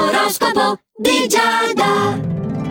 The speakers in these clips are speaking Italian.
L'oroscopo di Giada.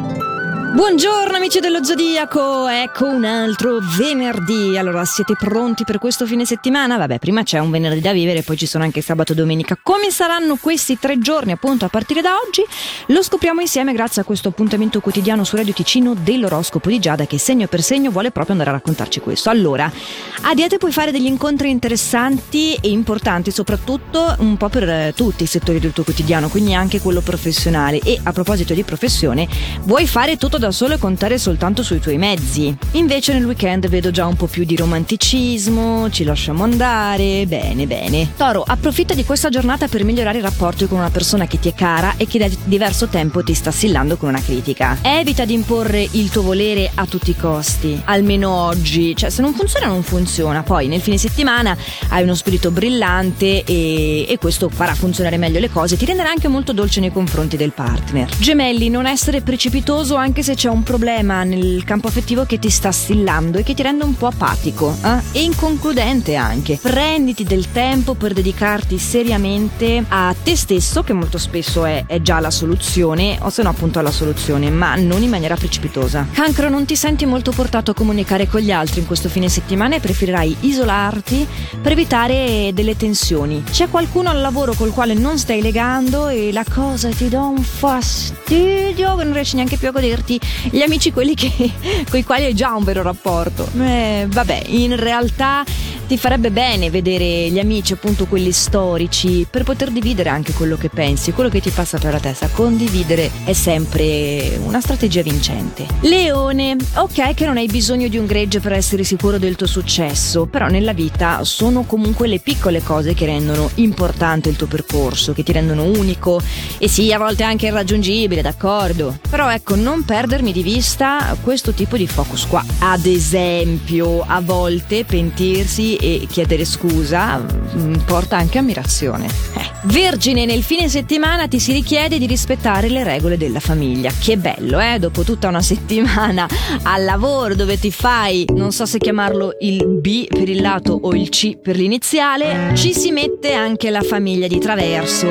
Buongiorno amici dello Zodiaco, ecco un altro venerdì. Allora, siete pronti per questo fine settimana? Vabbè, prima c'è un venerdì da vivere, poi ci sono anche sabato e domenica. Come saranno questi 3 giorni appunto a partire da oggi? Lo scopriamo insieme grazie a questo appuntamento quotidiano su Radio Ticino dell'oroscopo di Giada, che segno per segno vuole proprio andare a raccontarci questo. Allora, a Ariete puoi fare degli incontri interessanti e importanti, soprattutto un po' per tutti i settori del tuo quotidiano, quindi anche quello professionale. E a proposito di professione, vuoi fare tutto da solo e contare soltanto sui tuoi mezzi. Invece nel weekend vedo già un po' più di romanticismo, ci lasciamo andare, bene. Toro, approfitta di questa giornata per migliorare i rapporti con una persona che ti è cara e che da diverso tempo ti sta assillando con una critica. Evita di imporre il tuo volere a tutti i costi, almeno oggi, cioè se non funziona, poi nel fine settimana hai uno spirito brillante e questo farà funzionare meglio le cose, ti renderà anche molto dolce nei confronti del partner. Gemelli, non essere precipitoso anche se c'è un problema nel campo affettivo che ti sta assillando e che ti rende un po' apatico e inconcludente anche. Prenditi del tempo per dedicarti seriamente a te stesso, che molto spesso è già la soluzione, o se no appunto alla soluzione, ma non in maniera precipitosa. Cancro, non ti senti molto portato a comunicare con gli altri in questo fine settimana e preferirai isolarti per evitare delle tensioni. C'è qualcuno al lavoro col quale non stai legando e la cosa ti dà un fastidio che non riesci neanche più a goderti gli amici, quelli con i quali hai già un vero rapporto. Vabbè, in realtà ti farebbe bene vedere gli amici, appunto quelli storici, per poter dividere anche quello che pensi, quello che ti passa per la testa. Condividere è sempre una strategia vincente. Leone, ok che non hai bisogno di un gregge per essere sicuro del tuo successo, però nella vita sono comunque le piccole cose che rendono importante il tuo percorso, che ti rendono unico e sì, a volte anche irraggiungibile, d'accordo, però ecco, non perdermi di vista questo tipo di focus qua. Ad esempio, a volte pentirsi e chiedere scusa porta anche ammirazione. Vergine, nel fine settimana ti si richiede di rispettare le regole della famiglia. Che bello, dopo tutta una settimana al lavoro dove ti fai, non so se chiamarlo il B per il lato o il C per l'iniziale, ci si mette anche la famiglia di traverso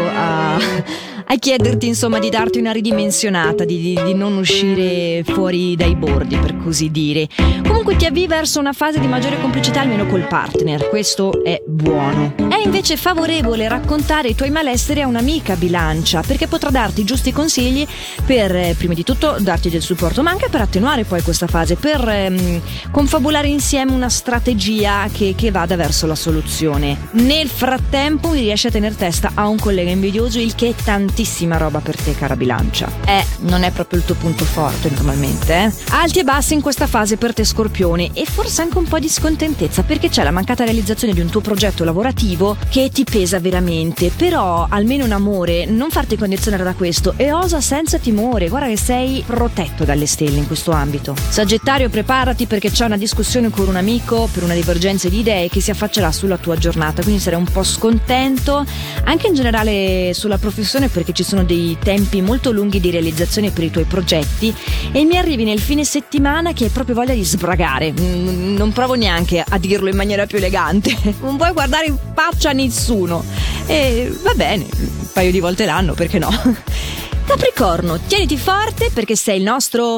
a chiederti insomma di darti una ridimensionata, di non uscire fuori dai bordi, per così dire. Comunque ti avvii verso una fase di maggiore complicità almeno col partner, questo è buono. È invece favorevole raccontare i tuoi malesseri a un'amica Bilancia, perché potrà darti i giusti consigli per prima di tutto darti del supporto, ma anche per attenuare poi questa fase, per confabulare insieme una strategia che vada verso la soluzione. Nel frattempo riesci a tenere testa a un collega invidioso, il che è tantissima roba per te, cara Bilancia. Non è proprio il tuo punto forte normalmente. Alti e bassi in questa fase per te, Scorpione, e forse anche un po' di scontentezza perché c'è la mancata realizzazione di un tuo progetto lavorativo che ti pesa veramente. Però almeno in amore non farti condizionare da questo e osa senza timore, guarda che sei protetto dalle stelle in questo ambito. Sagittario, preparati perché c'è una discussione con un amico per una divergenza di idee che si affaccerà sulla tua giornata, quindi sarai un po' scontento anche in generale sulla professione, perché ci sono dei tempi molto lunghi di realizzazione per i tuoi progetti e mi arrivi nel fine settimana che hai proprio voglia di sbragare. Non provo neanche a dirlo in maniera più elegante, non puoi guardare in faccia a nessuno e va bene, un paio di volte l'anno, perché no? Capricorno, tieniti forte perché sei il nostro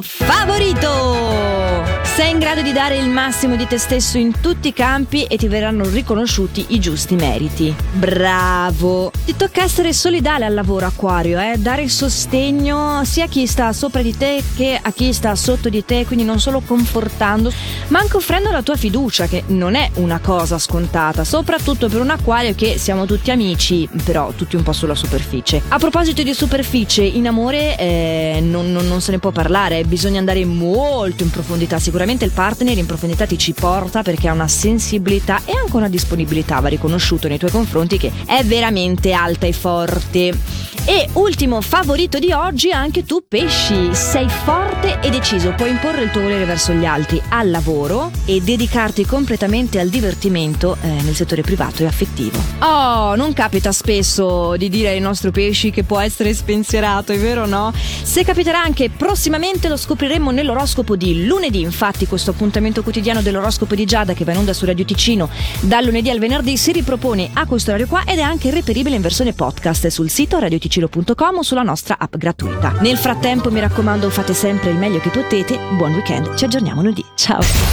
favorito! Sei in grado di dare il massimo di te stesso in tutti i campi e ti verranno riconosciuti i giusti meriti. Bravo! Ti tocca essere solidale al lavoro, Acquario, dare sostegno sia a chi sta sopra di te che a chi sta sotto di te, quindi non solo confortando, ma anche offrendo la tua fiducia, che non è una cosa scontata, soprattutto per un Acquario che siamo tutti amici, però tutti un po' sulla superficie. A proposito di superficie, in amore non se ne può parlare, bisogna andare molto in profondità. Sicuramente il partner in profondità ti ci porta perché ha una sensibilità e anche una disponibilità, va riconosciuto nei tuoi confronti, che è veramente alta e forte. E ultimo favorito di oggi, anche tu Pesci, sei forte e deciso, puoi imporre il tuo volere verso gli altri al lavoro e dedicarti completamente al divertimento nel settore privato e affettivo. Oh, non capita spesso di dire ai nostri pesci che può essere spensierato, è vero, no? Se capiterà anche prossimamente lo scopriremo nell'oroscopo di lunedì. Infatti questo appuntamento quotidiano dell'oroscopo di Giada, che va in onda su Radio Ticino dal lunedì al venerdì, si ripropone a questo orario qua ed è anche reperibile in versione podcast sul sito radioticino.it. www.cilo.com o sulla nostra app gratuita. Nel frattempo, mi raccomando, fate sempre il meglio che potete. Buon weekend, ci aggiorniamo lunedì. Ciao!